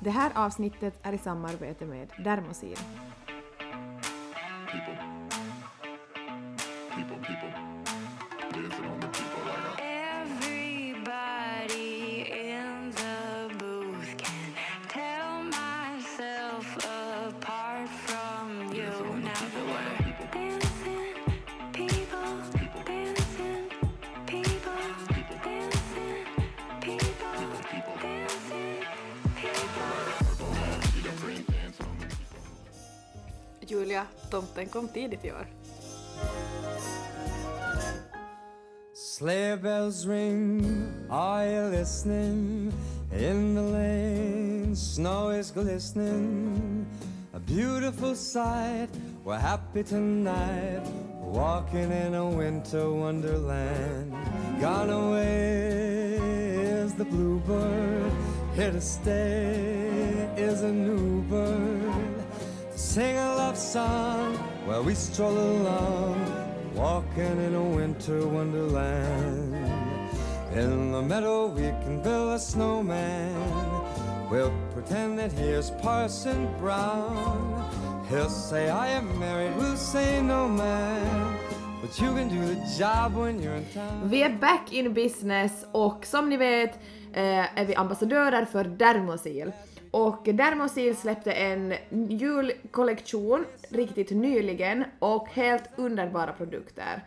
Det här avsnittet är i samarbete med Dermosil. Julia, tomten kom tidigt i år. Sleigh bells ring, are you listening? In the lane, snow is glistening. A beautiful sight, we're happy tonight. Walking in a winter wonderland. Gone away is the bluebird. Here to stay is a new bird. Sing a love song while we stroll along, walking in a winter wonderland. In the meadow we can build a snowman. We'll pretend that here's Parson Brown. He'll say I am married, we'll say no man, but you can do the job when you're in town. Vi är back in business och som ni vet är vi ambassadörer för Dermosil. Och Dermosil släppte en julkollektion riktigt nyligen och helt underbara produkter.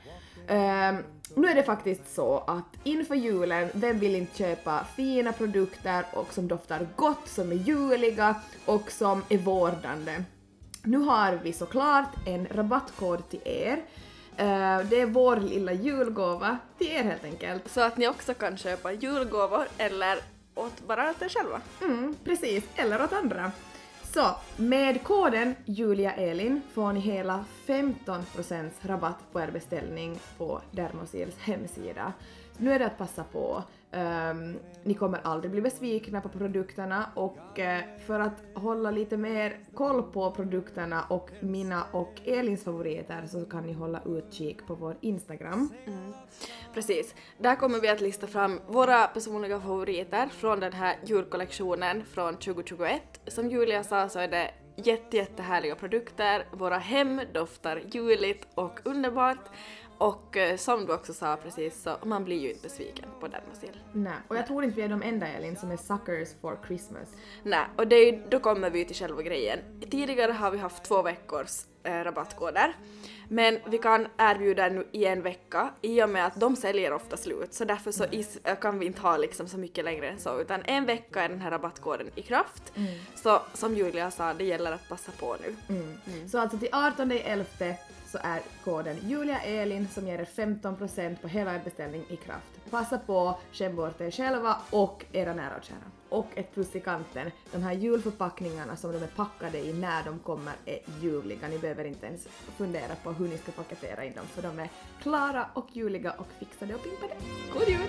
Nu är det faktiskt så att inför julen, vem vill inte köpa fina produkter och som doftar gott, som är juliga och som är vårdande. Nu har vi såklart en rabattkod till er. Det är vår lilla julgåva till er helt enkelt. Så att ni också kan köpa julgåvor eller bara åt er själva. Precis, eller åt andra. Så, med koden JuliaElin får ni hela 15% rabatt på er beställning på Dermosils hemsida. Nu är det att passa på. Ni kommer aldrig bli besvikna på produkterna och för att hålla lite mer koll på produkterna och mina och Elins favoriter så kan ni hålla utkik på vår Instagram. Precis. Där kommer vi att lista fram våra personliga favoriter från den här julkollektionen från 2021. Som Julia sa så är det jättehärliga produkter. Våra hem doftar juligt och underbart. Och som du också sa precis så man blir ju inte besviken på Dermosil. Nej, och jag tror inte vi är de enda Elin som är suckers for Christmas. Nej, och då kommer vi till själva grejen. Tidigare har vi haft 2 veckors rabattkoder. Men vi kan erbjuda nu i en vecka i och med att de säljer ofta slut. Så därför så kan vi inte ha liksom så mycket längre än så. Utan en vecka är den här rabattkoden i kraft. Så som Julia sa, det gäller att passa på nu. Så alltså till 18/11 så är koden JuliaElin som ger er 15% på hela er beställning i kraft. Passa på, känn bort er själva och era nära och kära. Och ett plus i kanten, de här julförpackningarna som de är packade i när de kommer är ljuvliga. Ni behöver inte ens fundera på hur ni ska paketera in dem för de är klara och juliga och fixade och pimpade. God jul!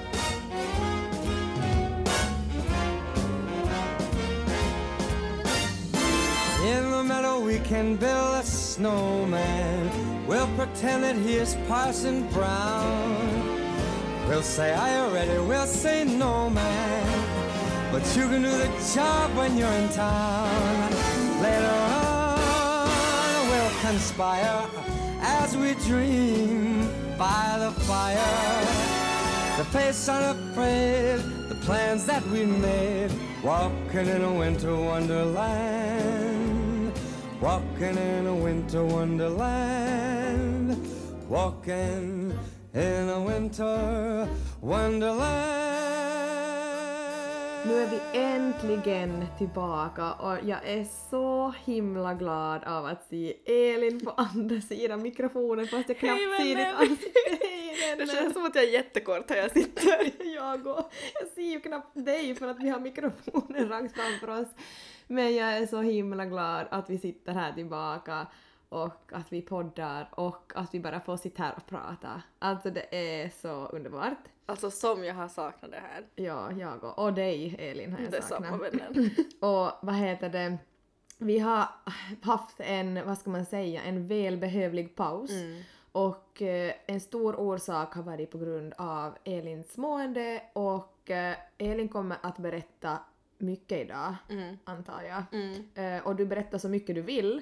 In the meadow we can build a snowman. We'll pretend that here's Parson Brown. We'll say, are you ready? We'll say no man, but you can do the job when you're in town. Later on we'll conspire as we dream by the fire. The face unafraid, the plans that we made, walking in a winter wonderland, walking in a winter wonderland, walking in a winter wonderland. Nu är vi äntligen tillbaka och jag är så himla glad av att se Elin på andra sidan mikrofonen fast jag knappt ser ditt ansikte. Det känns som att jag är jättekort här jag sitter. Jag ser ju knappt dig för att vi har mikrofonen rakt framför oss. Men jag är så himla glad att vi sitter här tillbaka och att vi poddar och att vi bara får sitta här och prata. Alltså det är så underbart. Alltså som jag har saknat det här. Ja, jag och dig Elin har jag det saknat. Det är samma vännen. Och vad heter det? Vi har haft en välbehövlig paus. Och en stor orsak har varit på grund av Elins mående och Elin kommer att berätta mycket idag, antar jag. Och du berättar så mycket du vill,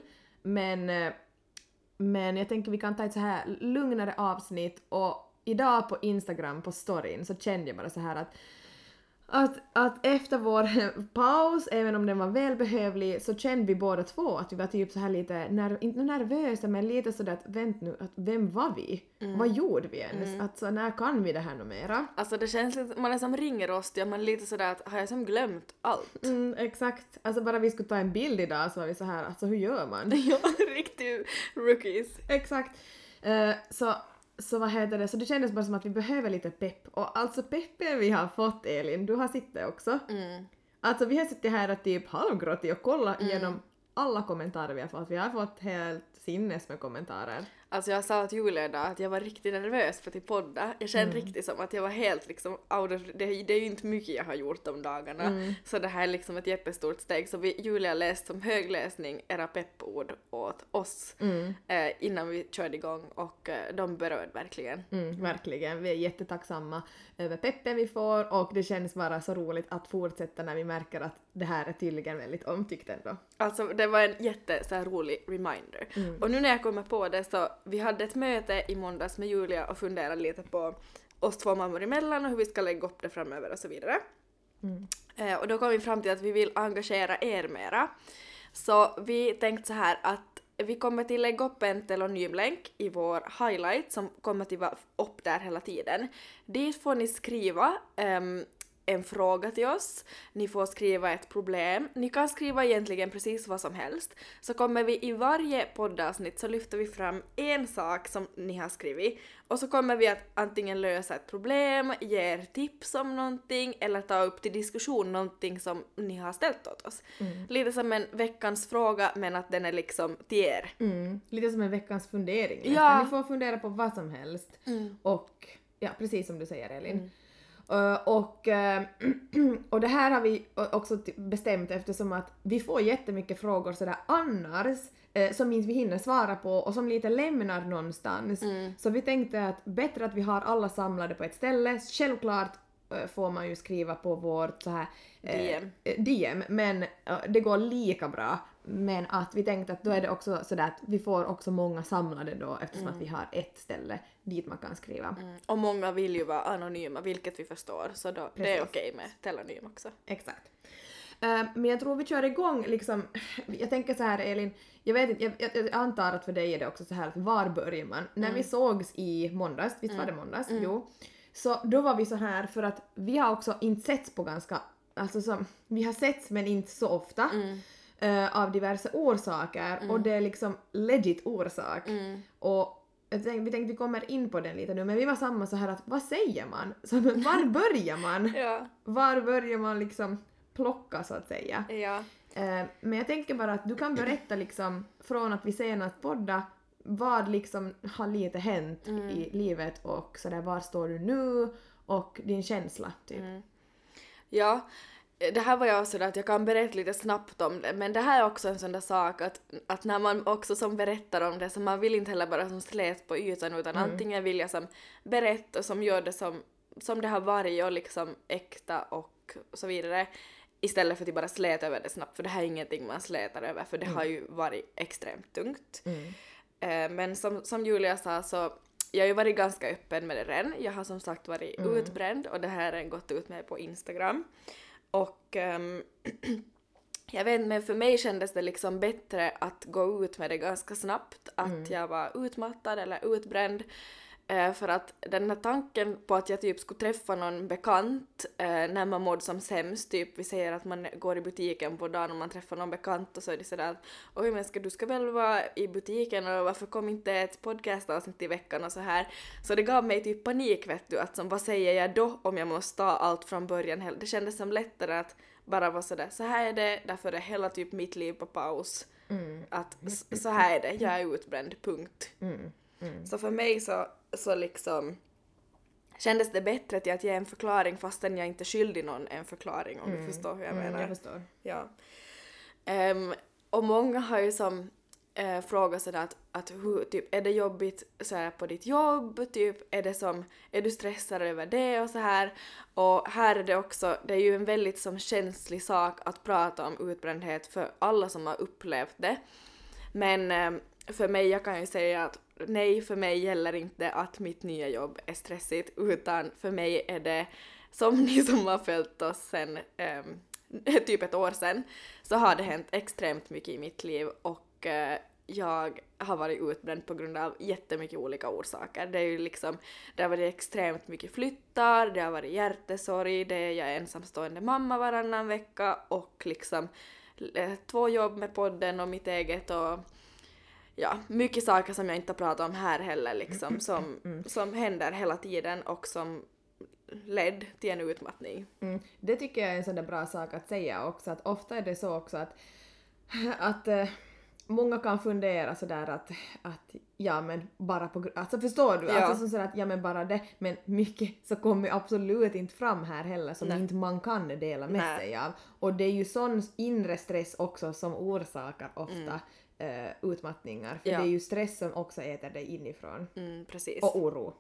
men jag tänker vi kan ta ett så här lugnare avsnitt, och idag på Instagram, på storyn, så kände jag bara så här att efter vår paus, även om den var välbehövlig, så kände vi båda två att vi var typ så här lite, inte nervösa, men lite sådär att vänt nu, att vem var vi? Vad gjorde vi ens? Alltså när kan vi det här nog mera? Alltså det känns lite, man är som ringer oss, ja, man är lite sådär att har jag som glömt allt? Exakt. Alltså bara vi skulle ta en bild idag så var vi så här, alltså hur gör man? Ja, riktigt rookies. Exakt. Så vad heter det? Så det kändes bara som att vi behöver lite pepp. Och alltså peppen vi har fått, Elin, du har suttit också. Alltså vi har suttit här och typ halvgråtit och kollat igenom alla kommentarer vi har fått. Vi har fått helt sinnes med kommentarer. Alltså jag sa till Julia idag att jag var riktigt nervös för att podda. Jag kände riktigt som att jag var helt liksom out of, det är ju inte mycket jag har gjort de dagarna. Så det här är liksom ett jättestort steg. Så Julia läste som högläsning era peppord åt oss innan vi körde igång, och de berörde verkligen. Verkligen. Vi är jättetacksamma över peppen vi får, och det känns bara så roligt att fortsätta när vi märker att det här är tydligen väldigt omtyckt ändå. Alltså det var en så här rolig reminder. Och nu när jag kommer på det, så vi hade ett möte i måndags med Julia och funderade lite på oss två mammor emellan och hur vi ska lägga upp det framöver och så vidare. Och då kom vi fram till att vi vill engagera er mera. Så vi tänkte så här att vi kommer till lägga upp en telonymlänk i vår highlight som kommer till vara upp där hela tiden. Dit får ni skriva en fråga till oss, ni får skriva ett problem, ni kan skriva egentligen precis vad som helst. Så kommer vi i varje poddavsnitt så lyfter vi fram en sak som ni har skrivit, och så kommer vi att antingen lösa ett problem, ge er tips om någonting eller ta upp till diskussion någonting som ni har ställt åt oss. Lite som en veckans fråga, men att den är liksom till er. Lite som en veckans fundering. Ja. Ni får fundera på vad som helst. Och ja, precis som du säger, Elin. Och det här har vi också bestämt eftersom att vi får jättemycket frågor sådär annars som inte vi hinner svara på och som lite lämnar någonstans. Så vi tänkte att bättre att vi har alla samlade på ett ställe. Självklart får man ju skriva på vårt så här DM, men det går lika bra. Men att vi tänkte att då är det också sådär att vi får också många samlade då eftersom att vi har ett ställe dit man kan skriva. Och många vill ju vara anonyma, vilket vi förstår, så då det är okej med telonym också. Exakt. Men jag tror vi kör igång liksom, jag tänker så här, Elin, jag vet inte, jag antar att för dig är det också så här att var börjar man? När vi sågs i måndags, visst var det måndags? Jo. Så då var vi så här för att vi har också inte setts på ganska, alltså så, vi har setts men inte så ofta. Av diverse orsaker och det är liksom legit orsak. Och vi tänkte vi kommer in på den lite nu, men vi var samma så här att vad säger man? Så var börjar man? Var börjar man liksom plocka så att säga? Men jag tänker bara att du kan berätta liksom från att vi senast podda vad liksom har lite hänt i livet och sådär, var står du nu och din känsla typ. Ja, det här var jag sådär att jag kan berätta lite snabbt om det, men det här är också en sån där sak att när man också som berättar om det, så man vill inte heller bara som slät på ytan, utan antingen vill jag som berätta och som gör det som det har varit och liksom äkta och så vidare, istället för att bara släta över det snabbt, för det här är ingenting man slätar över, för det har ju varit extremt tungt. Men som Julia sa, så jag har ju varit ganska öppen med det redan. Jag har som sagt varit utbränd och det här har gått ut med på Instagram. Och jag vet inte, men för mig kändes det liksom bättre att gå ut med det ganska snabbt. Att jag var utmattad eller utbränd. För att den här tanken på att jag typ skulle träffa någon bekant när man mådde som sämst, typ vi säger att man går i butiken på dagen och man träffar någon bekant och så är det sådär att oj men du ska väl vara i butiken och varför kom inte ett podcastavsnitt i veckan och så här. Så det gav mig typ panik, vet du, att som, vad säger jag då om jag måste ta allt från början. Det kändes som lättare att bara vara sådär, så här är det, därför är hela typ mitt liv på paus. Att så här är det, jag är utbränd, punkt. Så för mig så liksom kändes det bättre till att ge en förklaring fastän jag inte skyldig någon en förklaring, om du förstår hur jag menar. Jag förstår. Ja. Och många har ju som fråga sådär att hur, typ, är det jobbigt såhär på ditt jobb, typ, är du stressad över det och så här. Och här är det också, det är ju en väldigt som känslig sak att prata om utbrändhet för alla som har upplevt det. Men för mig, jag kan ju säga att nej, för mig gäller inte att mitt nya jobb är stressigt, utan för mig är det, som ni som har följt oss sen typ ett år sedan, så har det hänt extremt mycket i mitt liv och jag har varit utbränd på grund av jättemycket olika orsaker. Det är ju liksom, det har varit extremt mycket flyttar, det har varit hjärtesorg, jag är ensamstående mamma varannan vecka och liksom 2 jobb med podden och mitt eget och ja, mycket saker som jag inte har pratat om här heller liksom, som händer hela tiden och som ledd till en utmattning. Det tycker jag är en sån där bra sak att säga också, att ofta är det så också att många kan fundera sådär att ja men bara på alltså förstår du? Ja. Alltså sådär att ja men bara det, men mycket så kommer absolut inte fram här heller som inte man kan dela med sig av. Och det är ju sån inre stress också som orsakar ofta utmattningar. För det är ju stress som också äter dig inifrån. Precis. Och oro.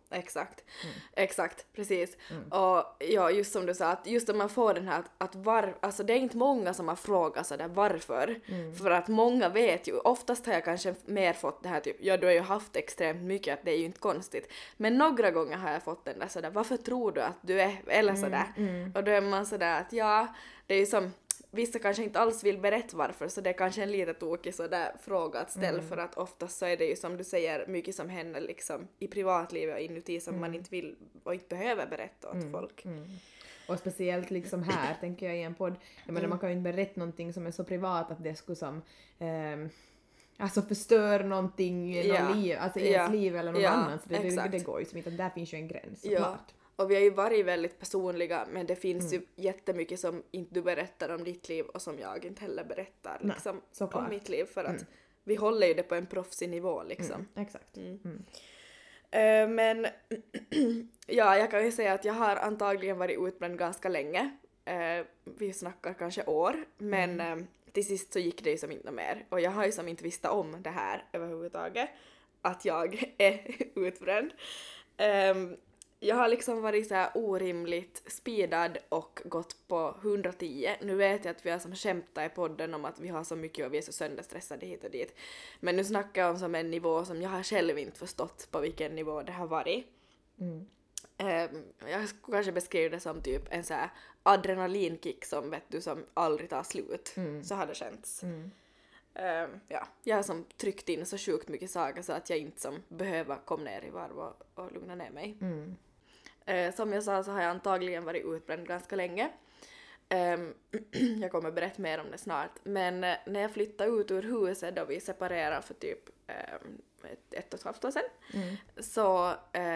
Exakt, precis. Och ja, just som du sa, att just när man får den här alltså det är inte många som har frågat sådär varför. För att många vet ju, oftast har jag kanske mer fått det här typ, ja du har ju haft extremt mycket, att det är ju inte konstigt. Men några gånger har jag fått den där sådär, varför tror du att du är, eller sådär. Och då är man sådär att ja, det är ju som, vissa kanske inte alls vill berätta varför, så det är kanske en lite tokig sådär fråga att ställa, för att oftast så är det ju som du säger mycket som händer liksom i privatlivet och inuti som man inte vill och inte behöver berätta åt folk. Och speciellt liksom här tänker jag i en podd, jag menar man kan ju inte berätta någonting som är så privat att det skulle som alltså förstör någonting i någon liv, alltså i ens liv eller någon annans. Det går ju som inte, där finns ju en gräns såklart. Och vi har ju varit väldigt personliga, men det finns ju jättemycket som inte du berättar om ditt liv och som jag inte heller berättar liksom, om mitt liv, för att vi håller ju det på en proffsig nivå liksom. Exakt. Men ja, jag kan ju säga att jag har antagligen varit utbränd ganska länge. Vi snackar kanske år, men till sist så gick det ju som inte mer. Och jag har ju som inte visst om det här överhuvudtaget, att jag är utbränd. Jag har liksom varit så här orimligt speedad och gått på 110. Nu vet jag att vi har som skämtat i podden om att vi har så mycket och vi är så sönderstressade hit och dit. Men nu snackar jag om som en nivå som jag har själv inte förstått på vilken nivå det har varit. Jag skulle kanske beskriva det som typ en så här adrenalinkick som vet du som aldrig tar slut. Så har det känts. Ja, jag har som tryckt in så sjukt mycket saker så att jag inte som behöver komma ner i varv och lugna ner mig. Som jag sa så har jag antagligen varit utbränd ganska länge. Jag kommer berätta mer om det snart. Men när jag flyttade ut ur huset då vi separerade för typ 1,5 år sedan. Så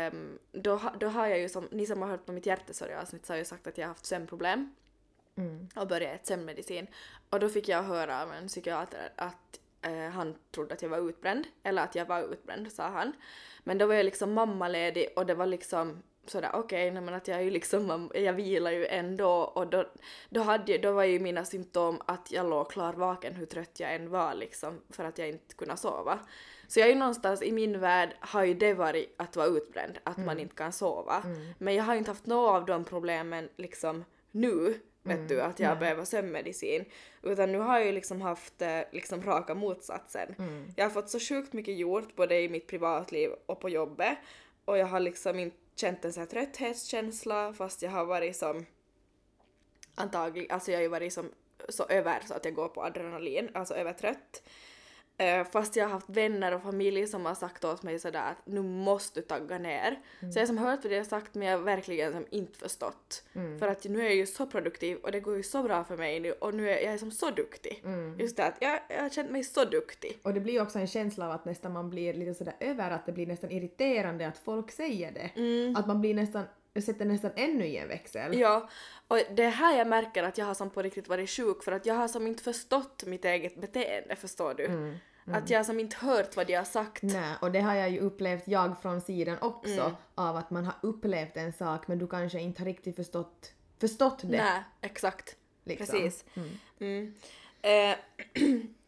då har jag ju som, ni som har hört på mitt hjärtesorgavsnitt så har jag sagt att jag har haft sömnproblem. Och började äta sömnmedicin. Och då fick jag höra av en psykiater att han trodde att jag var utbränd. Eller att jag var utbränd, sa han. Men då var jag liksom mammaledig och det var liksom sådär okej, men att jag är ju liksom, jag vilar ju ändå. Och då var ju mina symptom att jag låg klar vaken hur trött jag än var liksom, för att jag inte kunde sova. Så jag är ju någonstans i min värld har ju det varit att vara utbränd, att man inte kan sova. Men jag har inte haft några av de problemen liksom nu. Vet du, att jag behöver sömnmedicin. Utan nu har jag ju liksom haft liksom raka motsatsen. Jag har fått så sjukt mycket gjort både i mitt privatliv och på jobbet. Och jag har liksom inte känt en sån här trötthetskänsla fast jag har varit som antagligen, alltså jag har ju varit som så över så att jag går på adrenalin, alltså övertrött. Fast jag har haft vänner och familj som har sagt åt mig sådär att nu måste du tagga ner. Så jag som hört vad det har sagt men jag har verkligen som inte förstått. För att nu är jag ju så produktiv och det går ju så bra för mig nu och nu är jag som så duktig. Just det att jag har känt mig så duktig. Och det blir ju också en känsla av att nästan man blir lite sådär över att det blir nästan irriterande att folk säger det. Att man blir nästan, sätter nästan ännu i en växel. Ja, och det är här jag märker att jag har som på riktigt varit sjuk för att jag har som inte förstått mitt eget beteende, förstår du? Att jag som inte hört vad de har sagt. Nej, och det har jag ju upplevt jag från sidan också av att man har upplevt en sak men du kanske inte har riktigt förstått det. Nej, exakt. Liksom. Precis.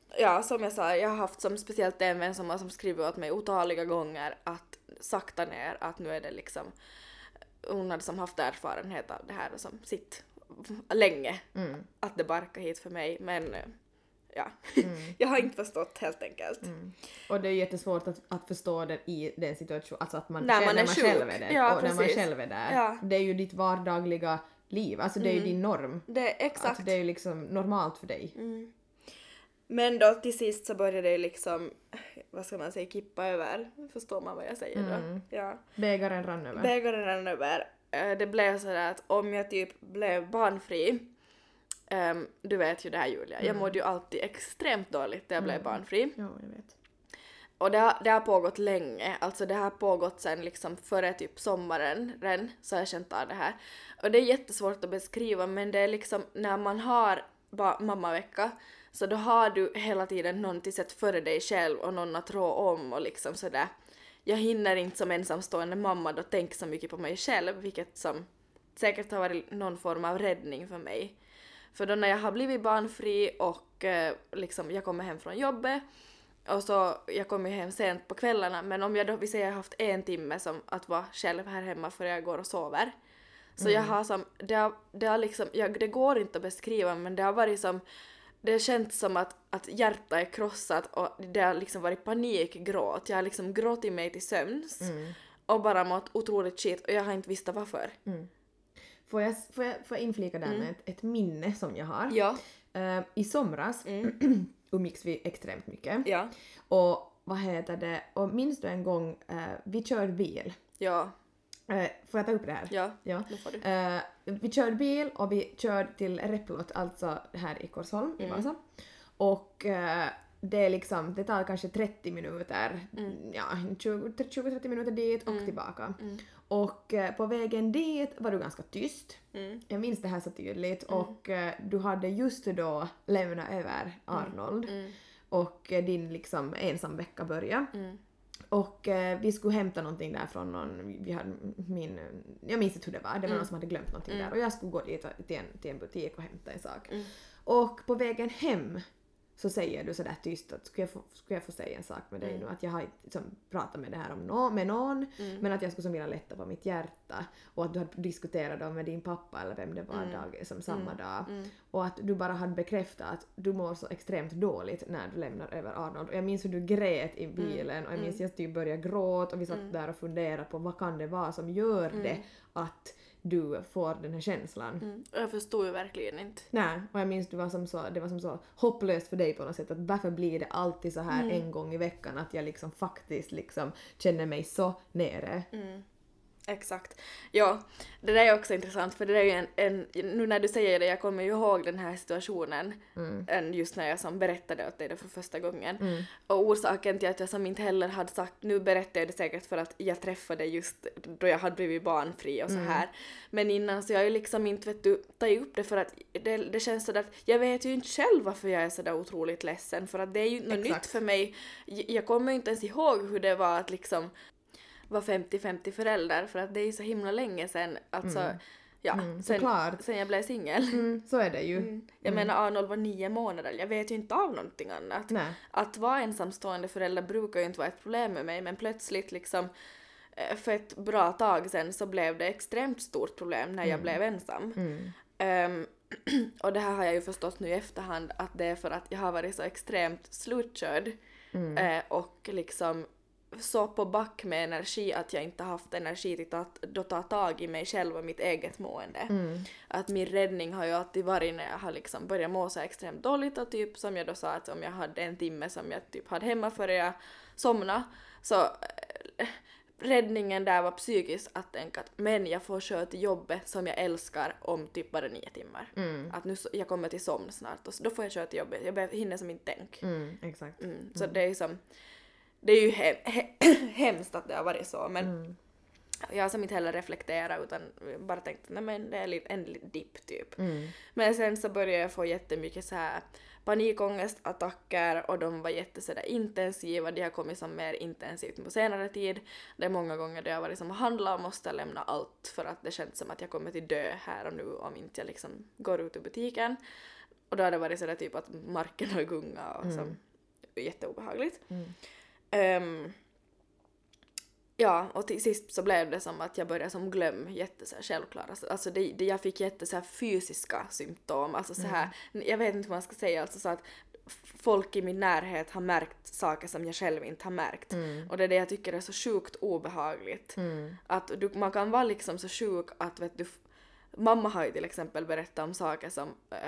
ja, som jag sa, jag har haft som speciellt en vän som har som skrivit åt mig otaliga gånger att sakta ner, att nu är det liksom, hon hade som haft erfarenhet av det här och som sitt länge, att det barkar hit för mig, men ja, jag har inte förstått helt enkelt. Och det är jättesvårt att förstå det i den situationen, alltså att man När man är sjuk. själv är det, Ja, och när man precis. själv är där. Ja. Det är ju ditt vardagliga liv, alltså det är ju din norm. Det är exakt. Alltså det är ju liksom normalt för dig. Men då till sist så började det liksom, vad ska man säga, kippa över. Förstår man vad jag säger då? Ja. Bägaren rann över. Bägaren rann över. Det blev sådär att om jag typ blev barnfri, du vet ju det här Julia, jag mådde ju alltid extremt dåligt när jag blev barnfri. Ja, jag vet. Och det har pågått länge, alltså det har pågått sen liksom före typ sommaren så har jag känt av det här. Och det är jättesvårt att beskriva, men det är liksom när man har mammavecka, så då har du hela tiden någon till sätt före dig själv och någon att rå om och liksom sådär. Jag hinner inte som ensamstående mamma då tänka så mycket på mig själv, vilket som säkert har varit någon form av räddning för mig. För då när jag har blivit barnfri och liksom jag kommer hem från jobbet, och så jag kommer hem sent på kvällarna, men om jag då, vi säger jag har haft 1 timme som att vara själv här hemma för jag går och sover. Så jag har som, det har liksom, det går inte att beskriva, men det har varit som, det känns som att hjärtat är krossat och det har liksom varit panikgråt. Jag har liksom gråtit mig till sömns och bara mått otroligt shit och jag har inte visst varför. Får jag inflika där med ett minne som jag har? Ja. I somras umgicks vi extremt mycket. Ja. Och vad heter det? Och minns du en gång vi körde bil? Ja. Får jag ta upp det här? Ja. Det får du. Vi körde bil och vi körde till Replot, alltså här i Korsholm i Vasa. Och det är liksom, det tar kanske 30 minuter, ja 20-30 minuter dit och tillbaka. Och på vägen dit var du ganska tyst. Jag minns det här så tydligt. Och du hade just då lämnat över Arnold. Och din liksom ensam vecka började. Och vi skulle hämta någonting där från någon, vi hade jag minns inte hur det var någon som hade glömt någonting där och jag skulle gå dit till en butik och hämta en sak. Och på vägen hem så säger du sådär tyst att skulle jag få säga en sak med dig nu, att jag har liksom pratat med det här med någon, men att jag skulle vilja lätta på mitt hjärta och att du hade diskuterat med din pappa eller vem det var samma dag och att du bara hade bekräftat att du mår så extremt dåligt när du lämnar över Arnold. Och jag minns hur du grät i bilen och jag minns att jag typ började gråta och vi satt där och funderade på vad kan det vara som gör det att du får den här känslan. Jag förstod ju verkligen inte. Nej, och jag minns det var som så hopplöst för dig på något sätt att varför blir det alltid så här en gång i veckan att jag liksom faktiskt liksom känner mig så nere. Exakt. Ja, det där är också intressant för det är ju nu när du säger det, jag kommer ju ihåg den här situationen just när jag som berättade åt dig det för första gången. Och orsaken till att jag som inte heller hade sagt, nu berättade jag det säkert för att jag träffade just då jag hade blivit barnfri och så här. Men innan så jag ju liksom inte tagit upp det för att det känns så att jag vet ju inte själv varför jag är så där otroligt ledsen för att det är ju något nytt för mig. Jag kommer ju inte ens ihåg hur det var att liksom var 50-50 föräldrar för att det är ju så himla länge sedan alltså sen jag blev singel. Så är det ju. Jag menar Arnold var 9 månader, jag vet ju inte av någonting annat. Nej. Att vara ensamstående förälder brukar ju inte vara ett problem med mig, men plötsligt liksom för ett bra tag sedan så blev det extremt stort problem när jag blev ensam. Och det här har jag ju förstått nu i efterhand att det är för att jag har varit så extremt slutkörd och liksom så på back med energi att jag inte haft energi till att ta tag i mig själv och mitt eget mående. Att min räddning har ju alltid varit när jag har liksom börjat må så extremt dåligt och typ som jag då sa att om jag hade 1 timme som jag typ hade hemma före jag somnade så räddningen där var psykiskt att tänka att men jag får köra till jobbet som jag älskar om typ bara 9 timmar. Att nu jag kommer till somn snart och så, då får jag köra till jobbet. Jag hinner som inte tänk. Exakt. Så det är som det är ju hemskt att det har varit så, men jag har som inte heller reflekterat utan bara tänkt nej men det är en dipp typ. Men sen så började jag få jättemycket så här panikångestattacker och de var sådär intensiva, de har kommit som mer intensivt på senare tid. Det är många gånger där jag var liksom handla och måste lämna allt för att det känns som att jag kommer till dö här och nu om inte jag liksom går ut ur butiken. och då hade det varit sådär typ att marken har gungat och som jätteobehagligt. Ja, och till sist så blev det som att jag började som glömma självklara. Alltså jag fick så fysiska symptom. Alltså så här, jag vet inte vad man ska säga, alltså så att folk i min närhet har märkt saker som jag själv inte har märkt. Och det är det jag tycker är så sjukt obehagligt. Att man kan vara liksom så sjuk att vet du, mamma har ju till exempel berättat om saker som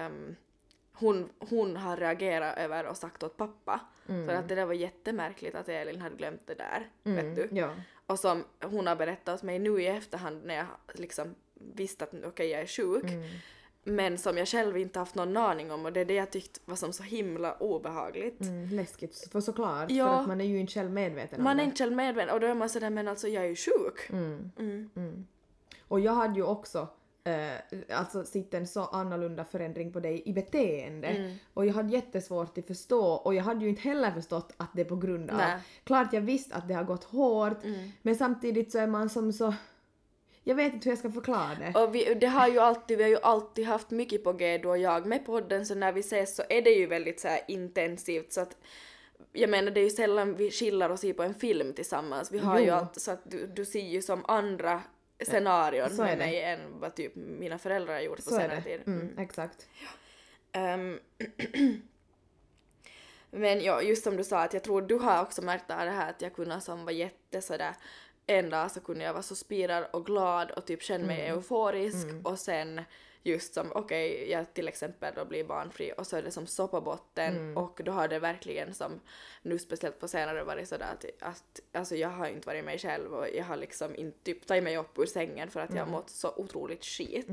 hon har reagerat över och sagt åt pappa. För att det där var jättemärkligt att Elin hade glömt det där, vet du. Ja. Och som hon har berättat åt mig nu i efterhand när jag liksom visste att okej, jag är sjuk. Men som jag själv inte haft någon aning om, och det är det jag tyckte var som så himla obehagligt. Läskigt, för såklart. Ja. För att man är ju inte själv medveten om Man det. är inte själv medveten, och då är man sådär, men alltså jag är ju sjuk. Och jag hade ju också alltså sitt en så annorlunda förändring på dig i beteende. Och jag hade jättesvårt att förstå, och jag hade ju inte heller förstått att det är på grund av. Nej. Klart jag visste att det har gått hårt, men samtidigt så är man som så, jag vet inte hur jag ska förklara det. Och vi har ju alltid haft mycket på G, du och jag med podden, så när vi ses så är det ju väldigt så här intensivt, så att jag menar, det är ju sällan vi skiljer oss i på en film tillsammans. Vi har ju alltid så att du ser ju som andra scenarion med mig än vad typ mina föräldrar har gjort på senare tid. Exakt. Men ja, just som du sa, att jag tror du har också märkt av det här att jag kunde som var sådär, en dag så kunde jag vara så spirad och glad och typ känna mig euforisk, och sen just som okej, jag till exempel då blir barnfri och så är det som så på botten, och då har det verkligen som nu speciellt på senare varit sådär att alltså jag har inte varit mig själv, och jag har liksom inte typ tagit mig upp ur sängen för att jag har mått så otroligt skit.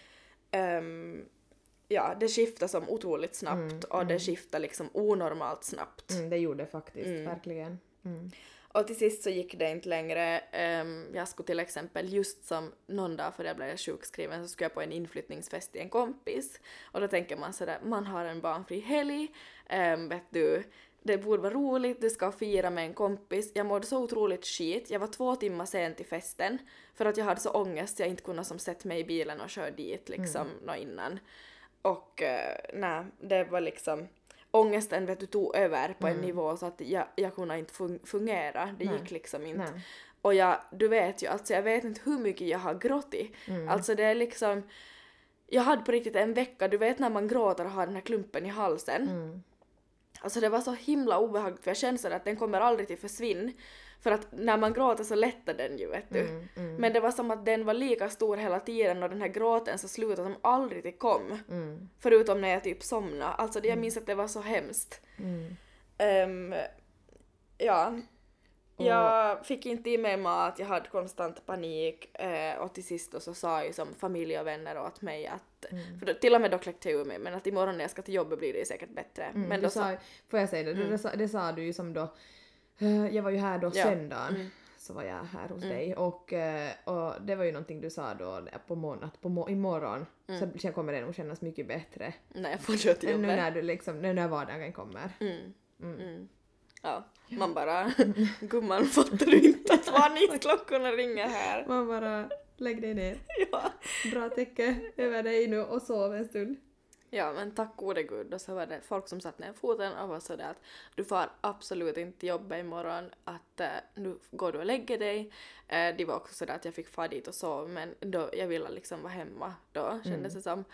Ja, det skiftar som otroligt snabbt, och det skiftar liksom onormalt snabbt. Det gjorde det faktiskt, verkligen. Och till sist så gick det inte längre. Jag skulle till exempel, just som någon dag för jag blev sjukskriven, så skulle jag på en inflyttningsfest i en kompis. Och då tänker man sådär, man har en barnfri helg, vet du, det borde vara roligt, du ska fira med en kompis. Jag mådde så otroligt skit. Jag var 2 timmar sent till festen för att jag hade så ångest jag inte kunde som sett mig i bilen och köra dit liksom innan. Och nej, det var liksom ångesten vet du tog över på en nivå så att jag kunde inte fungera. Det gick liksom inte. Nej. Och du vet ju, alltså jag vet inte hur mycket jag har gråtit. Alltså det är liksom, jag hade på riktigt en vecka, du vet när man gråter och har den här klumpen i halsen. Alltså det var så himla obehagligt, för jag kände så att den kommer aldrig till försvinna. För att när man gråter så lättar den ju, vet du. Men det var som att den var lika stor hela tiden, och den här gråten så slutade som aldrig till kom. Förutom när jag typ somnade. Alltså jag minns att det var så hemskt. Ja. Jag fick inte i mig mat, jag hade konstant panik, och till sist så sa ju som familj och vänner åt mig att, för då, till och med då kläckte jag ur mig, men att imorgon när jag ska till jobbet blir det säkert bättre. Men då får jag säga det, det sa du ju som då, jag var ju här då söndagen, så var jag här hos dig, och det var ju någonting du sa då på imorgon, så kommer det nog kännas mycket bättre. Nej, jag får köra till jobbet. Nu när du liksom, nu när vardagen kommer. Ja, man bara, gumman, fattar du inte att varningsklockorna ringer här? Man bara, lägg dig ner. Ja. Dra täcke över dig nu och sov en stund. Ja, men tack gode gud. Och så var det folk som satt ner foten och var sådär att du får absolut inte jobba imorgon, att nu går du och lägger dig. Det var också sådär att jag fick fara dit och sova, men då jag ville liksom vara hemma då, kändes det som.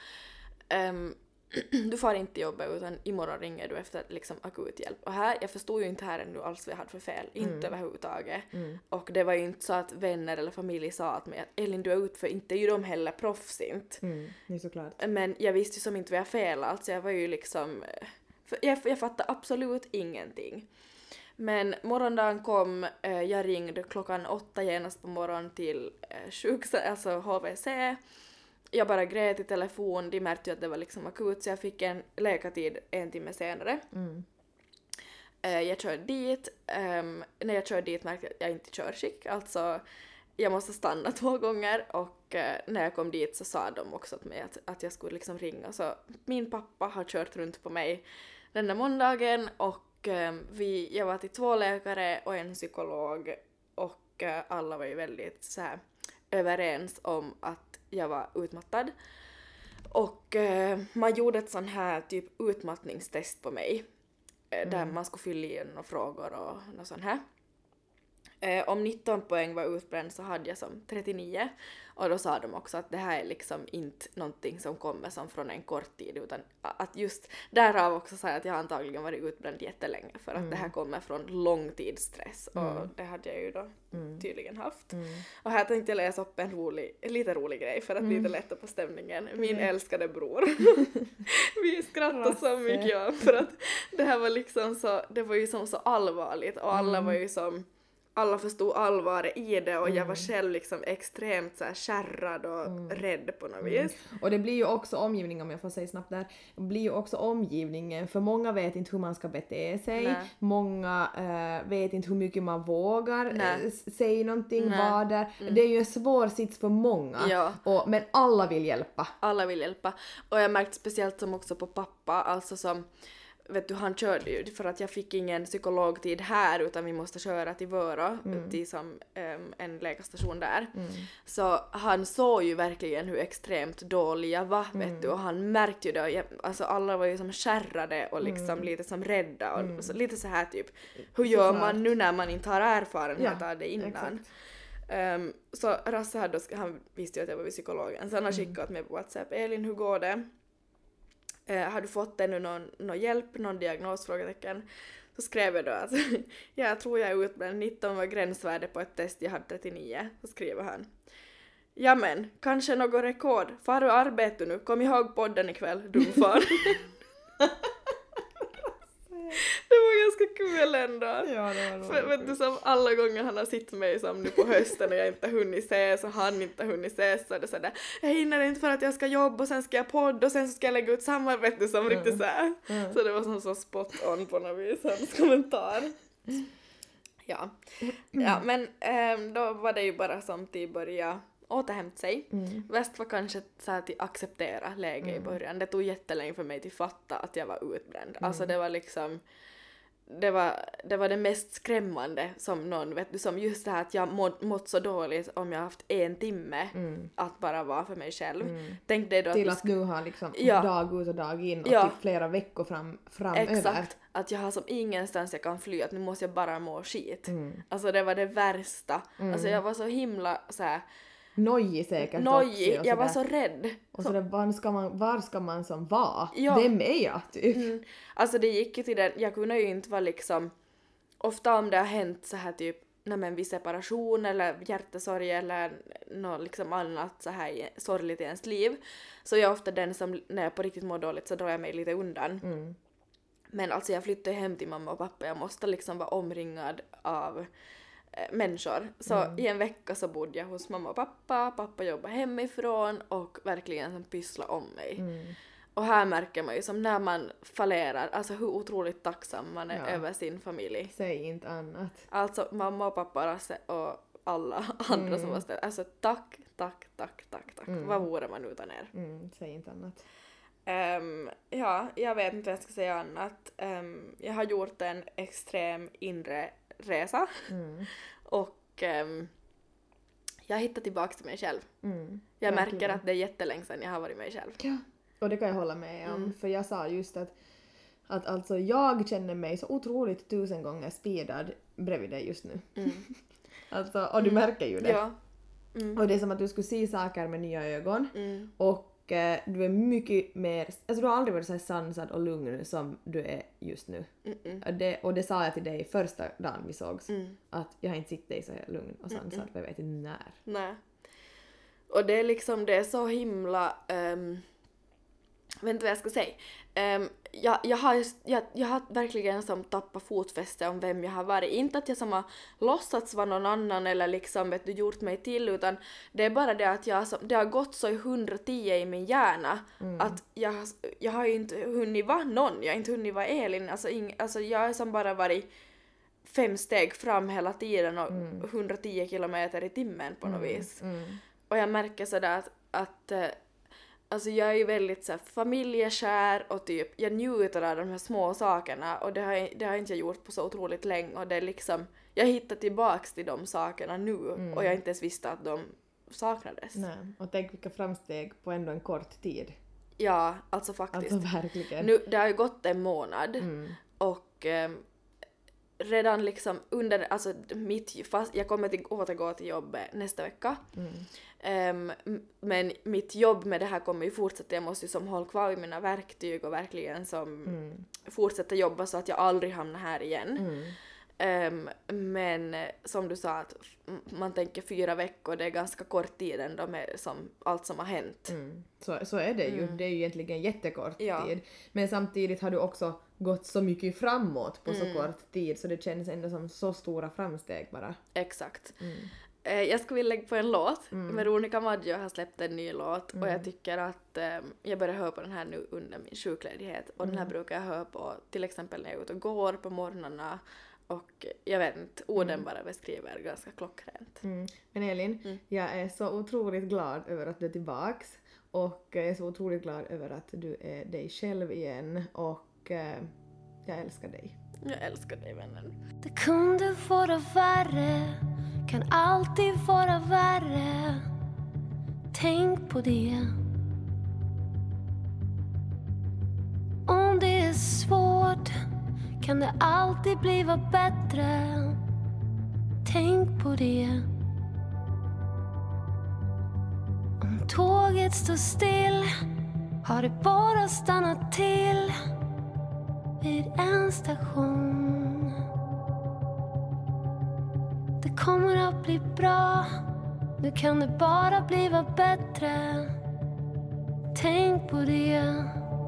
Du får inte jobba, utan imorgon ringer du efter liksom akut hjälp. Och här, jag förstod ju inte här ännu alls vad jag hade för fel. Inte överhuvudtaget. Och det var ju inte så att vänner eller familj sa att mig att Elin, du är ut, för inte är ju de heller proffsint. Det är såklart. Men jag visste ju som inte vad jag fel, alltså jag var ju liksom, jag fattade absolut ingenting. Men morgondagen kom, jag ringde 8:00 genast på morgonen till alltså HVC. Jag bara grät i telefon, de märkte ju att det var liksom akut, så jag fick en läkartid 1 timme senare. Jag körde dit, när jag körde dit märkte jag att jag inte körskick, alltså jag måste stanna 2 gånger, och när jag kom dit så sa de också till mig att jag skulle liksom ringa. Så min pappa har kört runt på mig den där måndagen, och jag var till 2 läkare och en psykolog, och alla var ju väldigt så här överens om att jag var utmattad. Och man gjorde ett sån här typ utmattningstest på mig. Där man skulle fylla i några frågor och något sånt här. Om 19 poäng var utbränd så hade jag som 39. Och då sa de också att det här är liksom inte någonting som kommer som från en kort tid. Utan att just därav också säga att jag antagligen varit utbränd jättelänge. För att det här kommer från långtidsstress. Och det hade jag ju då tydligen haft. Och här tänkte jag läsa upp en lite rolig grej för att lite lätta på stämningen. Min älskade bror. Vi skrattade så mycket för att det här var liksom så, det var ju som så allvarligt. Och alla var ju som, alla förstod allvaret i det och jag var själv liksom extremt så här kärrad och rädd på något vis. Och det blir ju också omgivningen, om jag får säga snabbt där, det blir ju också omgivningen, för många vet inte hur man ska bete sig. Nej. Många vet inte hur mycket man vågar säga någonting, vad där. Det är ju en svår sits för många. Ja. Men alla vill hjälpa. Alla vill hjälpa. Och jag märkte speciellt som också på pappa, alltså som vet du, han körde ju för att jag fick ingen psykologtid här utan vi måste köra till Vörå till som, en läkarstation där. Så han såg ju verkligen hur extremt dålig jag var, vet du, och han märkte ju det. Alltså alla var ju som skärrade och liksom lite som rädda och så, lite så här typ, hur gör man nu när man inte har erfarenhet av det innan? Så Rasse hade, han visste ju att jag var vid psykologen, så han har skickat mig på WhatsApp: Elin, hur går det? Har du fått ännu någon hjälp, någon diagnos? Frågetecken. Så skrev jag då att jag tror jag är utbränd. 19 var gränsvärde på ett test, jag hade 39. Så skriver han: ja men, kanske något rekord. Far du arbete nu? Kom ihåg podden ikväll, dumfar. Det var ganska kul ändå. Ja, det var för vet du, som alla gånger han har sitt mig som nu på hösten och jag inte hunnit ses och han inte hunnit ses, så är det sådär, jag hinner inte för att jag ska jobba och sen ska jag podda och sen så ska jag lägga ut samma, vet du, som riktigt såhär. Så det var som så spot on på något vis, hans kommentar. Ja, men då var det ju bara som till börja återhämta sig. Väst var kanske så här till acceptera läge i början. Det tog jättelänge för mig till fatta att jag var utbränd. Alltså det var liksom det var det mest skrämmande som någon, vet du, som just det här att jag mått så dåligt om jag haft 1 timme att bara vara för mig själv. Tänk dig då till att nu ha liksom dag ut och dag in och typ flera veckor framöver. Exakt, att jag har som ingenstans jag kan fly, att nu måste jag bara må skit. Alltså det var det värsta. Alltså jag var så himla så här nojig säkert. Nojig, jag var så rädd. Och så där, var ska man som vara? Ja. Vem är jag typ? Alltså det gick ju till den, jag kunde ju inte vara liksom, ofta om det har hänt så här typ, vid separation eller hjärtesorg eller något liksom annat så här sorgligt i ens liv, så jag är ofta den som, när jag på riktigt mår dåligt så drar jag mig lite undan. Men alltså jag flyttade hem till mamma och pappa, jag måste liksom vara omringad av människor. Så i en vecka så bodde jag hos mamma och pappa jobbade hemifrån och verkligen som pyssla om mig. Och här märker man ju som när man fallerar, alltså hur otroligt tacksam man är över sin familj. Säg inte annat. Alltså mamma och pappa, Rasse och alla andra som var ställt. Alltså tack. Vad vore man utan er? Säg inte annat. Ja, jag vet inte vad jag ska säga annat. Jag har gjort en extrem inre resa. Och jag hittar tillbaka till mig själv. Jag märker att det är jättelänge sedan jag har varit mig själv. Ja, och det kan jag hålla med om. För jag sa just att alltså jag känner mig så otroligt 1000 gånger speedad bredvid dig just nu. Alltså, och du märker ju det. Ja. Och det är som att du skulle se saker med nya ögon. Och du är mycket mer, alltså du har aldrig varit så här sansad och lugn som du är just nu. Och det sa jag till dig första dagen vi sågs, att jag har inte sett dig så här lugn och sansad, för jag vet inte när. Nej. Och det är liksom, det är så himla vet inte vad jag ska säga. Jag har verkligen som tappat fotfäste om vem jag har varit. Inte att jag som har låtsats vara någon annan eller liksom vet du, gjort mig till, utan det är bara det att det har gått så i 110 i min hjärna att jag har ju inte hunnit vara någon. Jag har inte hunnit vara Elin. Alltså jag har som bara varit 5 steg fram hela tiden och 110 kilometer i timmen på något vis. Och jag märker sådär att alltså jag är ju väldigt så här familjekär och typ jag njuter av de här små sakerna, och det har inte jag gjort på så otroligt länge, och det är liksom jag hittar tillbaks till de sakerna nu och jag inte ens visste att de saknades. Nej, och tänk vilka framsteg på ändå en kort tid. Ja, alltså faktiskt. Alltså verkligen. Nu, det har ju gått en månad och redan liksom under, alltså fast jag kommer återgå till jobbet nästa vecka. Men mitt jobb med det här kommer ju fortsätta, jag måste ju som hålla kvar vid mina verktyg och verkligen som fortsätta jobba så att jag aldrig hamnar här igen. Men som du sa, att man tänker 4 veckor, det är ganska kort tid ändå med som allt som har hänt. Så är det ju, det är ju egentligen jättekort tid. Men samtidigt har du också gått så mycket framåt på så kort tid, så det känns ändå som så stora framsteg bara. Exakt. Jag skulle vilja lägga på en låt. Veronica Maggio har släppt en ny låt och jag tycker att jag börjar höra på den här nu under min sjukledighet och den här brukar jag höra på till exempel när jag är ute och går på morgnarna. Och jag vet inte, orden bara beskriver ganska klockrent. Men Elin, jag är så otroligt glad över att du är tillbaks. Och jag är så otroligt glad över att du är dig själv igen. Och jag älskar dig. Jag älskar dig, vännen. Det kunde vara värre, kan alltid vara värre. Tänk på det. Om det är svårt kan det alltid bli bättre. Tänk på det. Om tåget står still har det bara stannat till vid en station. Det kommer att bli bra, nu kan det bara bli bättre. Tänk på det.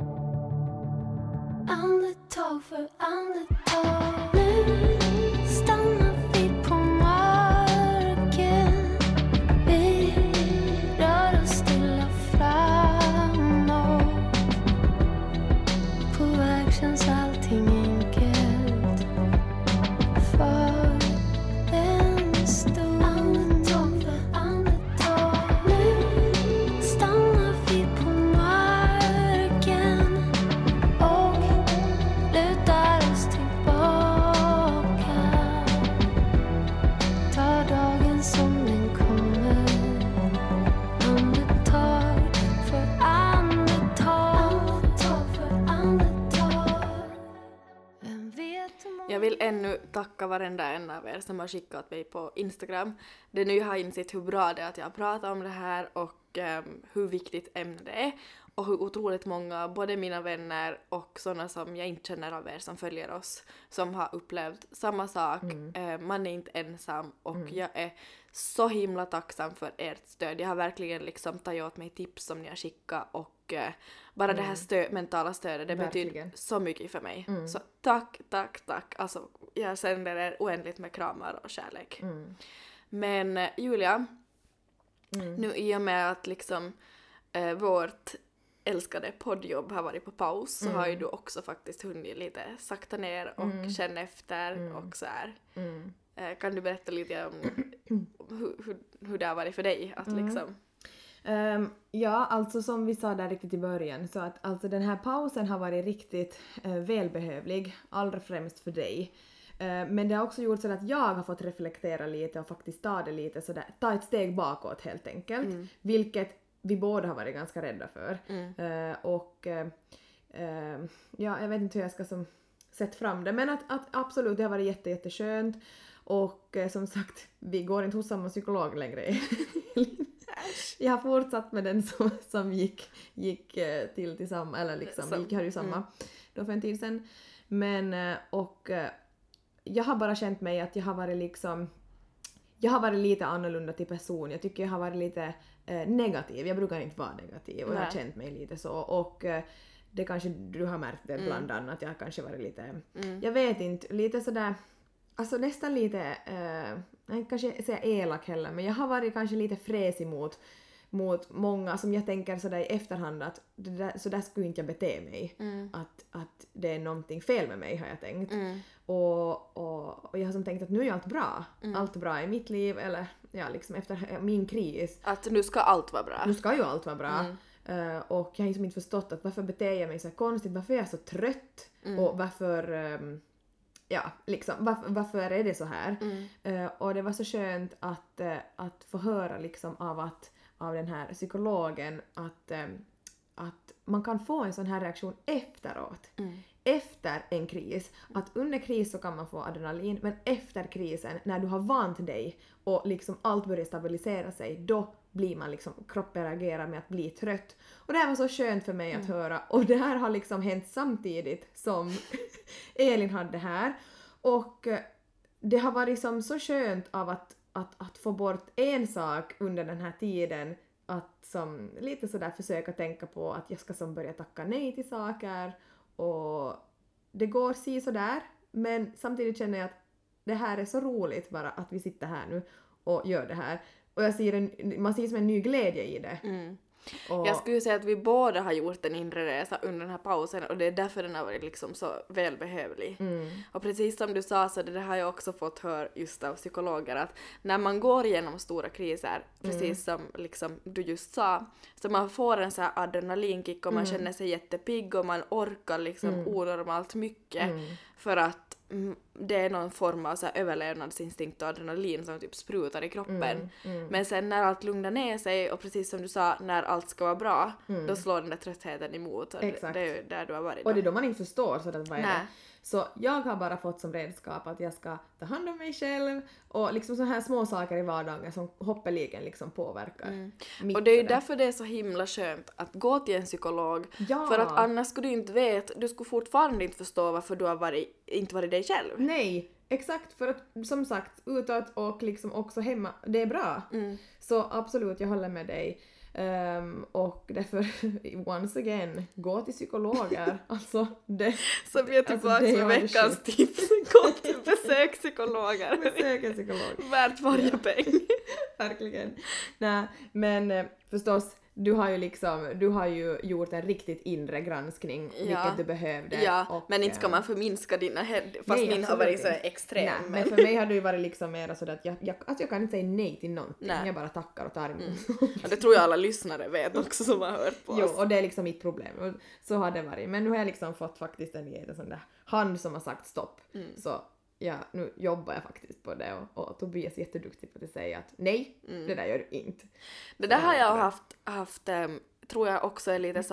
Andetag för andetag. Nu stannar vi på marken. Vi rör oss stilla framåt. På väg känns allting enkelt. För en stund. Andetag för andetag. Nu stannar vi på marken. Och lutar oss tillbaka. Ta dagen som den kommer. Andetag för andetag. Andetag för andetag. Vem vet om Jag vill ännu tacka varenda en av er som har skickat mig på Instagram. Det nu har insett hur bra det är att jag pratar om det här och hur viktigt ämne det är. Och hur otroligt många, både mina vänner och sådana som jag inte känner av er som följer oss, som har upplevt samma sak. Man är inte ensam och jag är så himla tacksam för ert stöd. Jag har verkligen liksom tagit åt mig tips som ni har skickat och bara det här mentala stödet, det betyder Verkligen. så mycket för mig. Så tack. Alltså, jag sänder er oändligt med kramar och kärlek. Men Julia, nu i och med att liksom vårt älskade poddjobb har varit på paus så har ju du också faktiskt hunnit lite sakta ner och känna efter och så här. Kan du berätta lite om hur det har varit för dig att liksom... Ja, alltså som vi sa där riktigt i början, så att alltså den här pausen har varit riktigt välbehövlig, allra främst för dig. Men det har också gjort så att jag har fått reflektera lite och faktiskt ta ett steg bakåt helt enkelt, vilket vi båda har varit ganska rädda för. Ja, jag vet inte hur jag ska sätta fram det, men att absolut, det har varit jätteskönt. Och som sagt, vi går inte hos samma psykolog längre. Jag har fortsatt med den som gick till samma, eller liksom, gick här ju samma då för en tid sedan. Men, jag har bara känt mig att jag har varit lite annorlunda till person. Jag tycker jag har varit lite negativ. Jag brukar inte vara negativ och jag har känt mig lite så. Och det kanske du har märkt det bland annat. Jag har kanske varit lite, jag vet inte, lite sådär, alltså nästan lite, jag kanske säga elak heller, men jag har varit kanske lite fräsig mot många som jag tänker sådär i efterhand att så där skulle inte jag bete mig. Att det är någonting fel med mig har jag tänkt. Och jag har som tänkt att nu är allt bra. Allt bra i mitt liv, eller ja, liksom efter min kris. Att nu ska allt vara bra. Nu ska ju allt vara bra. Och jag har liksom inte förstått att varför beter jag mig så här konstigt, varför är jag så trött och varför ja, liksom, varför är det så här? Och det var så skönt att få höra liksom av den här psykologen att man kan få en sån här reaktion efteråt. Efter en kris. Att under kris så kan man få adrenalin, men efter krisen, när du har vant dig och liksom allt börjar stabilisera sig, då blir man liksom, kroppen reagerar med att bli trött. Och det här var så skönt för mig att höra. Och det här har liksom hänt samtidigt som Elin hade här. Och det har varit som så skönt av att få bort en sak under den här tiden. Att som lite sådär försöka tänka på att jag ska som börja tacka nej till saker. Och det går sådär. Men samtidigt känner jag att det här är så roligt bara att vi sitter här nu och gör det här. Och man ser som en ny glädje i det. Och jag skulle säga att vi båda har gjort en inre resa under den här pausen och det är därför den har varit liksom så välbehövlig. Och precis som du sa så det har jag också fått höra just av psykologer att när man går igenom stora kriser, precis som liksom du just sa, så man får en så här adrenalinkick och man känner sig jättepigg och man orkar liksom onormalt mycket för att det är någon form av så här överlevnadsinstinkt och adrenalin som typ sprutar i kroppen. Men sen när allt lugnar ner sig och precis som du sa, när allt ska vara bra, då slår den där tröttheten emot. Och det är ju där du har varit. Och det är då man inte förstår så att vad är det. Så jag har bara fått som redskap att jag ska ta hand om mig själv och liksom så här små saker i vardagen som hoppeligen liksom påverkar. Och det är ju därför det är så himla skönt att gå till en psykolog. Ja. För att annars skulle du inte veta, du skulle fortfarande inte förstå varför du har inte varit dig själv. Nej, exakt, för att som sagt utåt och liksom också hemma, det är bra. Så absolut, jag håller med dig. Och därför, once again, gå till psykologer. Alltså det, så vi är tillbaka med veckans tips. Gå till besök psykologer. Besök en psykolog. Värt varje peng. Verkligen. Nej, men förstås, du har ju gjort en riktigt inre granskning, vilket du behövde. Ja, och, men inte ska man förminska dina fast min har varit så extrem. Nej, men för mig har det ju varit liksom mer sådär att jag kan inte säga nej till någonting. Nej. Jag bara tackar och tar emot. Och det tror jag alla lyssnare vet också som har hört på oss. Jo, och det är liksom mitt problem. Och så har det varit. Men nu har jag liksom fått faktiskt en sån där hand som har sagt stopp. Så ja, nu jobbar jag faktiskt på det och Tobias är jätteduktig på att säga att nej, det där gör du inte. Det där har jag haft tror jag också är lite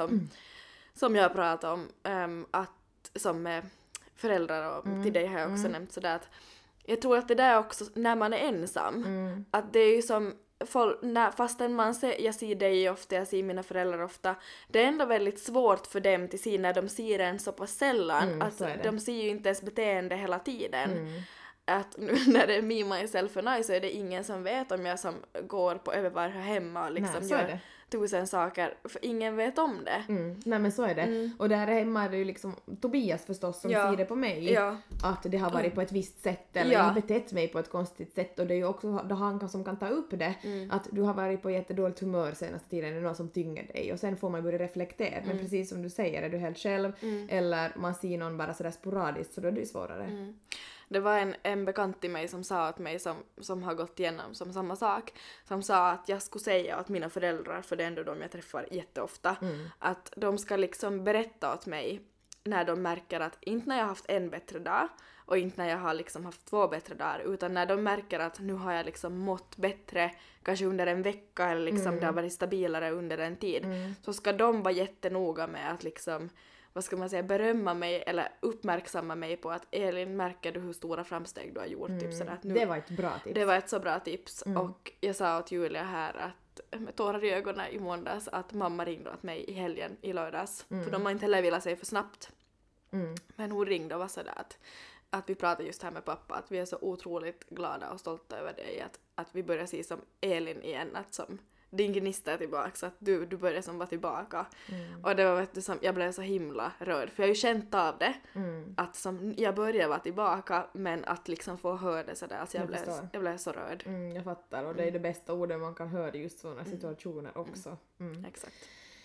som jag pratat om, att som med föräldrar och till dig har jag också nämnt sådär att jag tror att det där också när man är ensam, att det är ju som fastän jag ser dig ofta, jag ser mina föräldrar ofta, det är ändå väldigt svårt för dem till sig när de ser en så pass sällan, att de ser ju inte ens beteende hela tiden. Att nu när det är me, myself and I så är det ingen som vet om jag som går på övervar hemma och liksom gör 1000 saker, för ingen vet om det. Nej men så är det. Och där hemma är det ju liksom Tobias förstås som ser det på mig. Att det har varit på ett visst sätt eller jag har betett mig på ett konstigt sätt och det är ju också då han som kan ta upp det. Att du har varit på jättedåligt humör senaste tiden, är någon som tynger dig och sen får man börja reflektera. Men precis som du säger, är du helt själv eller man ser någon bara sådär sporadiskt så då är det ju svårare. Det var en bekant till mig som sa åt mig som har gått igenom som samma sak. Som sa att jag skulle säga åt mina föräldrar, för det är ändå de jag träffar jätteofta, att de ska liksom berätta åt mig när de märker att, inte när jag har haft en bättre dag och inte när jag har liksom haft 2 bättre dagar, utan när de märker att nu har jag liksom mått bättre kanske under en vecka eller liksom det har varit stabilare under en tid, så ska de vara jättenoga med att liksom, vad ska man säga, berömma mig eller uppmärksamma mig på att Elin, märker du hur stora framsteg du har gjort? Typ sådär, att nu, det var ett bra tips. Det var ett så bra tips. Och jag sa åt Julia här att med tårar i ögonen i måndags att mamma ringde åt mig i helgen i lördags. För de har inte heller velat säga för snabbt. Men hon ringde och var sådär att vi pratade just här med pappa att vi är så otroligt glada och stolta över dig att vi börjar se som Elin igen, att som din gnista är tillbaka, så att du börjar som vara tillbaka. Och det var vet du, som jag blev så himla rörd, för jag har ju känt av det att som jag börjar vara tillbaka, men att liksom få höra det sådär, alltså jag blev så rörd. Jag fattar, och det är det bästa ordet man kan höra i just sådana situationer också. Exakt.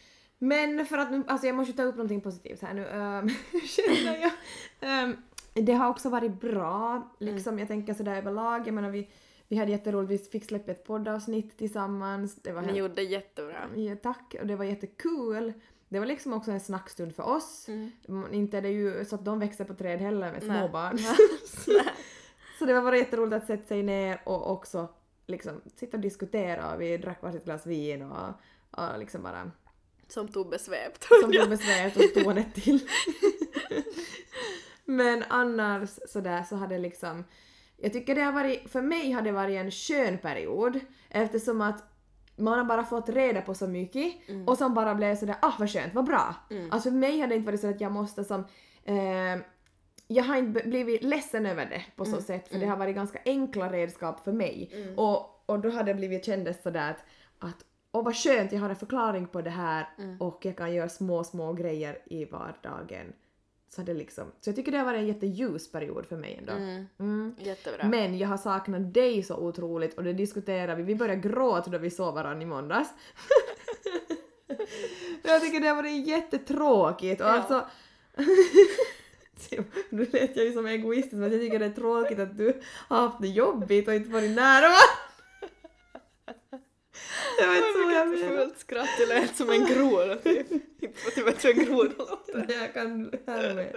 Men för att alltså jag måste ta upp någonting positivt här nu. Känner jag. Det har också varit bra, liksom jag tänker sådär överlag, jag menar vi hade jätteroligt, vi fick släppa ett poddavsnitt tillsammans. Det var Ni gjorde det jättebra. Ja, tack, och det var jättekul. Det var liksom också en snackstund för oss. Inte är det ju så att de växer på träd heller med småbarn. Så det var bara jätteroligt att sätta sig ner och också liksom sitta och diskutera. Vi drack varsitt glas vin och liksom bara Som Tobbe svept. Som Tobbe svept och stånet till. Men annars sådär så hade liksom, jag tycker det har varit, för mig har det varit en skön period eftersom att man har bara fått reda på så mycket och som bara blev sådär, vad skönt, vad bra. Alltså för mig har det inte varit så att jag måste som jag har inte blivit ledsen över det på så sätt, för det har varit ganska enkla redskap för mig. Och då har det blivit kändes sådär att vad skönt, jag har en förklaring på det här och jag kan göra små grejer i vardagen. Så jag tycker det har varit en jätteljus period för mig ändå. Jättebra. Men jag har saknat dig så otroligt och det diskuterar vi. Vi började gråta då vi såg varandra i måndags. Jag tycker det har varit jättetråkigt och alltså nu lät jag ju som egoistisk, men jag tycker det är tråkigt att du har haft det jobbigt och inte varit nära. Det var inte så jag menade. Fullt skratt, det lät som en groda typ. Det var inte en groda låter. Jag kan höra med.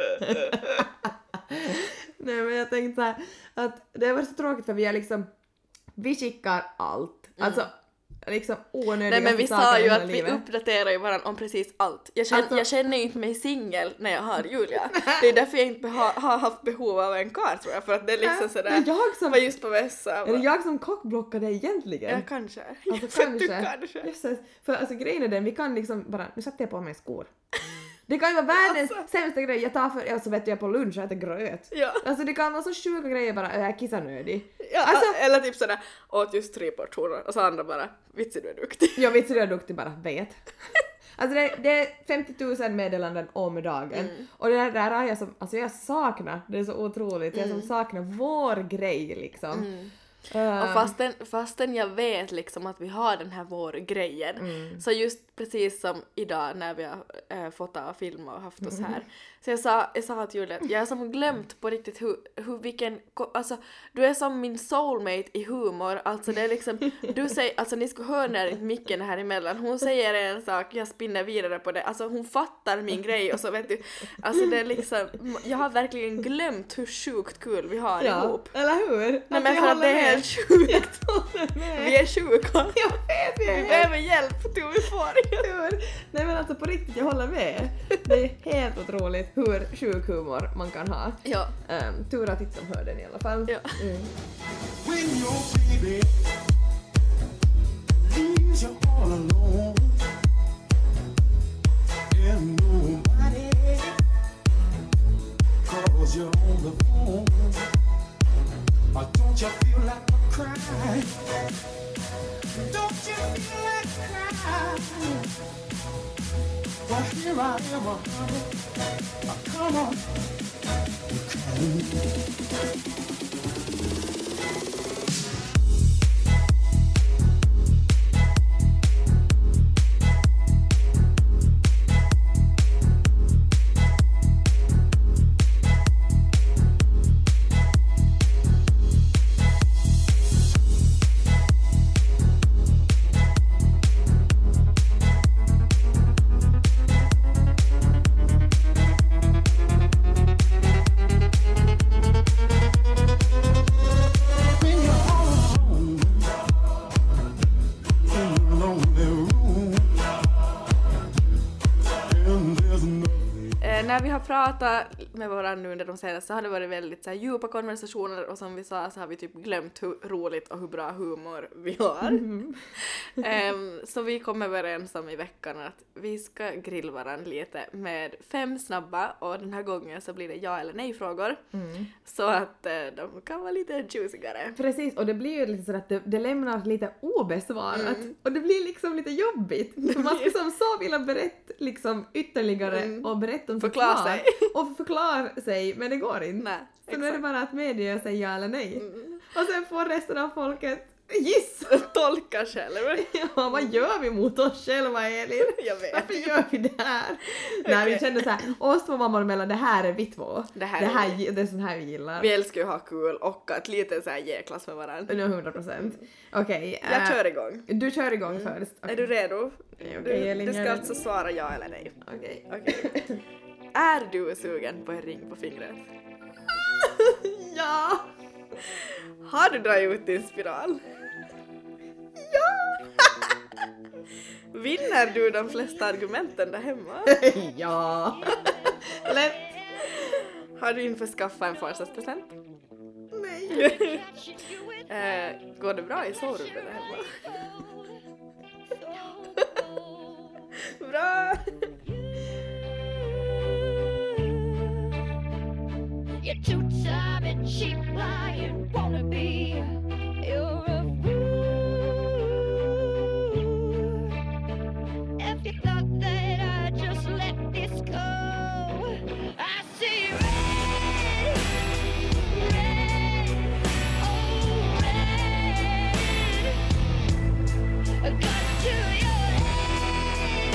Nej, men jag tänkte så här att det var så tråkigt för vi skickar allt. Alltså liksom onödiga saker. Nej, men vi sa ju att livet. vi uppdaterar ju varandra om precis allt. Jag känner ju inte mig singel när jag har Julia. Det är därför jag inte har haft behov av en karl, tror jag. För att det är liksom sådär, var just på vässa. Är det jag som kockblockar dig egentligen? Ja, kanske. Alltså kanske. Jesus. För alltså grejen är den, vi kan liksom bara, nu satte jag på mig skor. Det kan ju vara världens sämsta grej. Jag tar alltså vet jag på lunch och äter gröt. Ja. Alltså det kan vara så sjuka grejer bara, jag är kissannödig. Ja, alltså, eller typ sådär, åt just 3 portioner och så andra bara, vitsi du är duktig. Jag vet så du är duktig bara, vet. Alltså det är 50 000 meddelanden om dagen. Och det där har jag som, alltså jag saknar, det är så otroligt, jag som saknar vår grej liksom. Och fastän jag vet liksom att vi har den här vår grejen, så just precis som idag när vi har fått av film och haft oss här, så jag sa till Julia att jag har som glömt på riktigt hur vilken, alltså du är som min soulmate i humor, alltså det är liksom, du säger, alltså ni skulle höra när micken här emellan, hon säger en sak, jag spinner vidare på det, alltså hon fattar min grej och så vet du, alltså det är liksom, jag har verkligen glömt hur sjukt kul vi har ihop. Eller hur? Nej, men för att det är helt sjukt. Vi är sjuka. Jag vet, vi behöver hjälp till vi får. Nej men alltså på riktigt, jag håller med. Det är helt otroligt hur sjuk humor man kan ha. Ja. Tur att inte de hör den i alla fall. Ja. When your baby leaves you all alone and nobody calls you on the phone, don't you feel like crying? Don't you feel like crying? Well, here I am, honey. Come on. När vi har pratat med varandra nu under de senaste så har det varit väldigt så här djupa konversationer och som vi sa så har vi typ glömt hur roligt och hur bra humor vi har. Så vi kom överens om i veckan att vi ska grilla varandra lite med 5 snabba och den här gången så blir det ja eller nej frågor. Så att de kan vara lite juicigare. Precis, och det blir ju lite så att det lämnar lite obesvarat och det blir liksom lite jobbigt. Man ska som så vilja berätta liksom ytterligare och berätta om förklara sig, men det går inte. Nej, så nu är det bara att media säger ja eller nej. Och sen får resten av folket tolka själv. Ja, vad gör vi mot oss själva, Elin? Jag vet. Varför gör vi det här? Nej, vi kände så här, oss 2 mammor emellan, det här är vi 2. Det är sån här vi gillar. Vi älskar ju att ha kul och att lite så här ge-klass med varandra. 100%. Okej. Jag kör igång. Du kör igång först. Okay. Är du redo? Du ska alltså svara ja eller nej. Okej. Är du sugen på en ring på fingret? Ja! Har du dragit ut din spiral? Ja! Vinner du de flesta argumenten där hemma? Ja. Lätt. Har du införskaffat en födelsedagspresent? Nej. Går det bra i sovrummet där hemma? Bra! You're too time and cheap lying wannabe. You're a fool. If you thought that I'd just let this go, I see red, red, oh red. A gun to your head,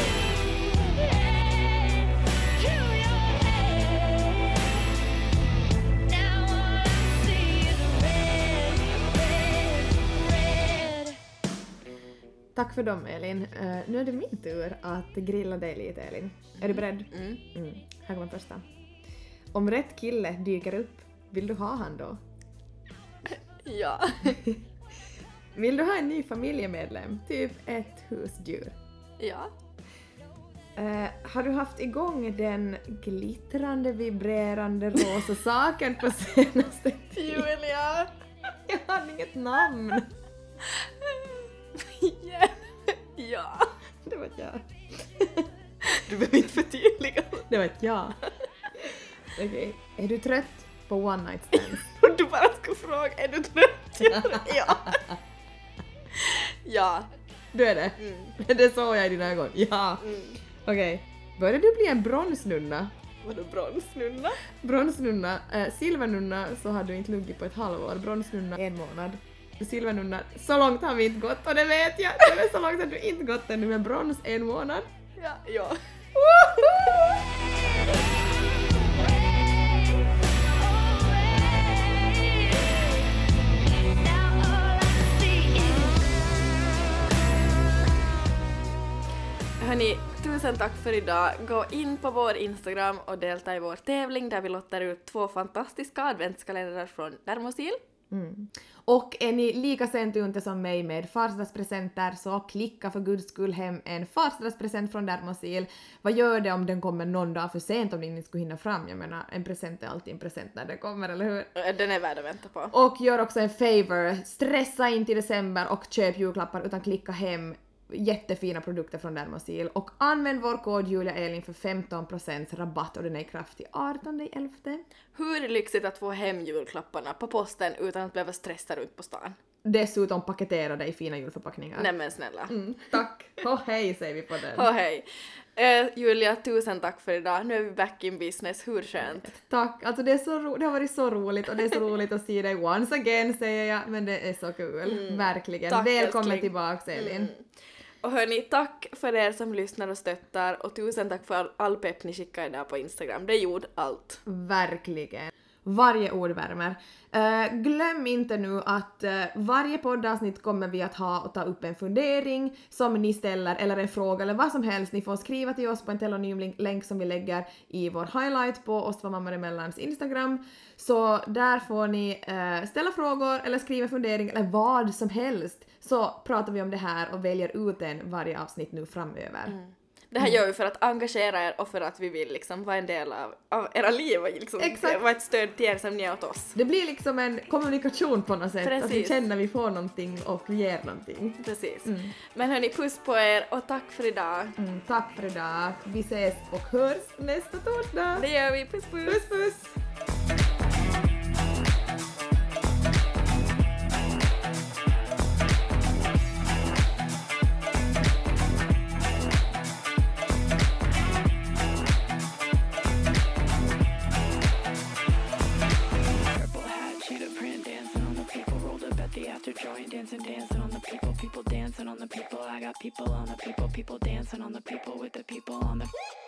head to your head. Now all I see is red, red, red. Tack för dem, Elin. Nu är det min tur att grilla dig lite, Elin. Är du beredd? Här kommer första. Om rätt kille dyker upp, vill du ha han då? Ja. Vill du ha en ny familjemedlem? Typ ett husdjur. Ja. Har du haft igång den glittrande, vibrerande rosa saken på senaste tiden? Julia. Jag har inget namn. Yeah. Ja. Det var ett ja. Du behöver inte förtydliga. Det var ett ja. Okej. Är du trött på one night stands? Och du bara ska fråga, är du trött? Ja. Ja. Du är det? Det såg jag i dina ögon. Ja. Okej. Börjar du bli en bronsnunna? Vadå bronsnunna? Bronsnunna. Silvernunna så har du inte luggit på ett halvår. Bronsnunna 1 månad. Silvernunna, så långt har vi inte gått och det vet jag. Det är så långt har du inte gått ännu, men brons 1 månad. Ja. Ja. Hörni, tusen tack för idag. Gå in på vår Instagram och delta i vår tävling där vi lottar ut 2 fantastiska adventskalendrar från Dermosil. Och är ni lika sent som mig med födelsedagspresenter så klicka för guds skull hem en födelsedagspresent från Dermosil. Vad gör det om den kommer någon dag för sent om ni inte skulle hinna fram? Jag menar, en present är alltid en present när den kommer, eller hur? Den är värd att vänta på. Och gör också en favor, stressa inte i december och köp julklappar utan klicka hem jättefina produkter från Dermosil och använd vår kod JuliaElin för 15% rabatt och den är i kraft till 18/11. Hur lyxigt att få hem julklapparna på posten utan att behöva stressa runt på stan. Dessutom paketerade i fina julförpackningar. Nej men snälla. Tack. Och hej säger vi på den. Och hej. Julia, tusen tack för idag. Nu är vi back in business. Hur skönt? Tack. Alltså det har varit så roligt och det är så roligt att se dig once again säger jag, men det är så kul. Verkligen. Tack, välkommen älskling. tillbaks Elin. Och hörni, tack för er som lyssnar och stöttar och tusen tack för all pepp ni skickade där på Instagram. Det gjorde allt. Verkligen. Varje ord värmer. Glöm inte nu att varje poddavsnitt kommer vi att ha och ta upp en fundering som ni ställer eller en fråga eller vad som helst. Ni får skriva till oss på en telonym länk som vi lägger i vår highlight på oss två mammor emellans Instagram. Så där får ni ställa frågor eller skriva fundering eller vad som helst. Så pratar vi om det här och väljer ut en varje avsnitt nu framöver. Det här gör vi för att engagera er och för att vi vill liksom vara en del av era liv och liksom vara ett stöd till er som ni är åt oss. Det blir liksom en kommunikation på något sätt. Precis. Att vi känner vi får någonting och ger någonting. Precis. Men hörni, puss på er och tack för idag. Tack för idag. Vi ses och hörs nästa torsdag. Det gör vi. Puss puss. Puss puss. Dancing on the people dancing on the people. I got people on the people dancing on the people with the people on the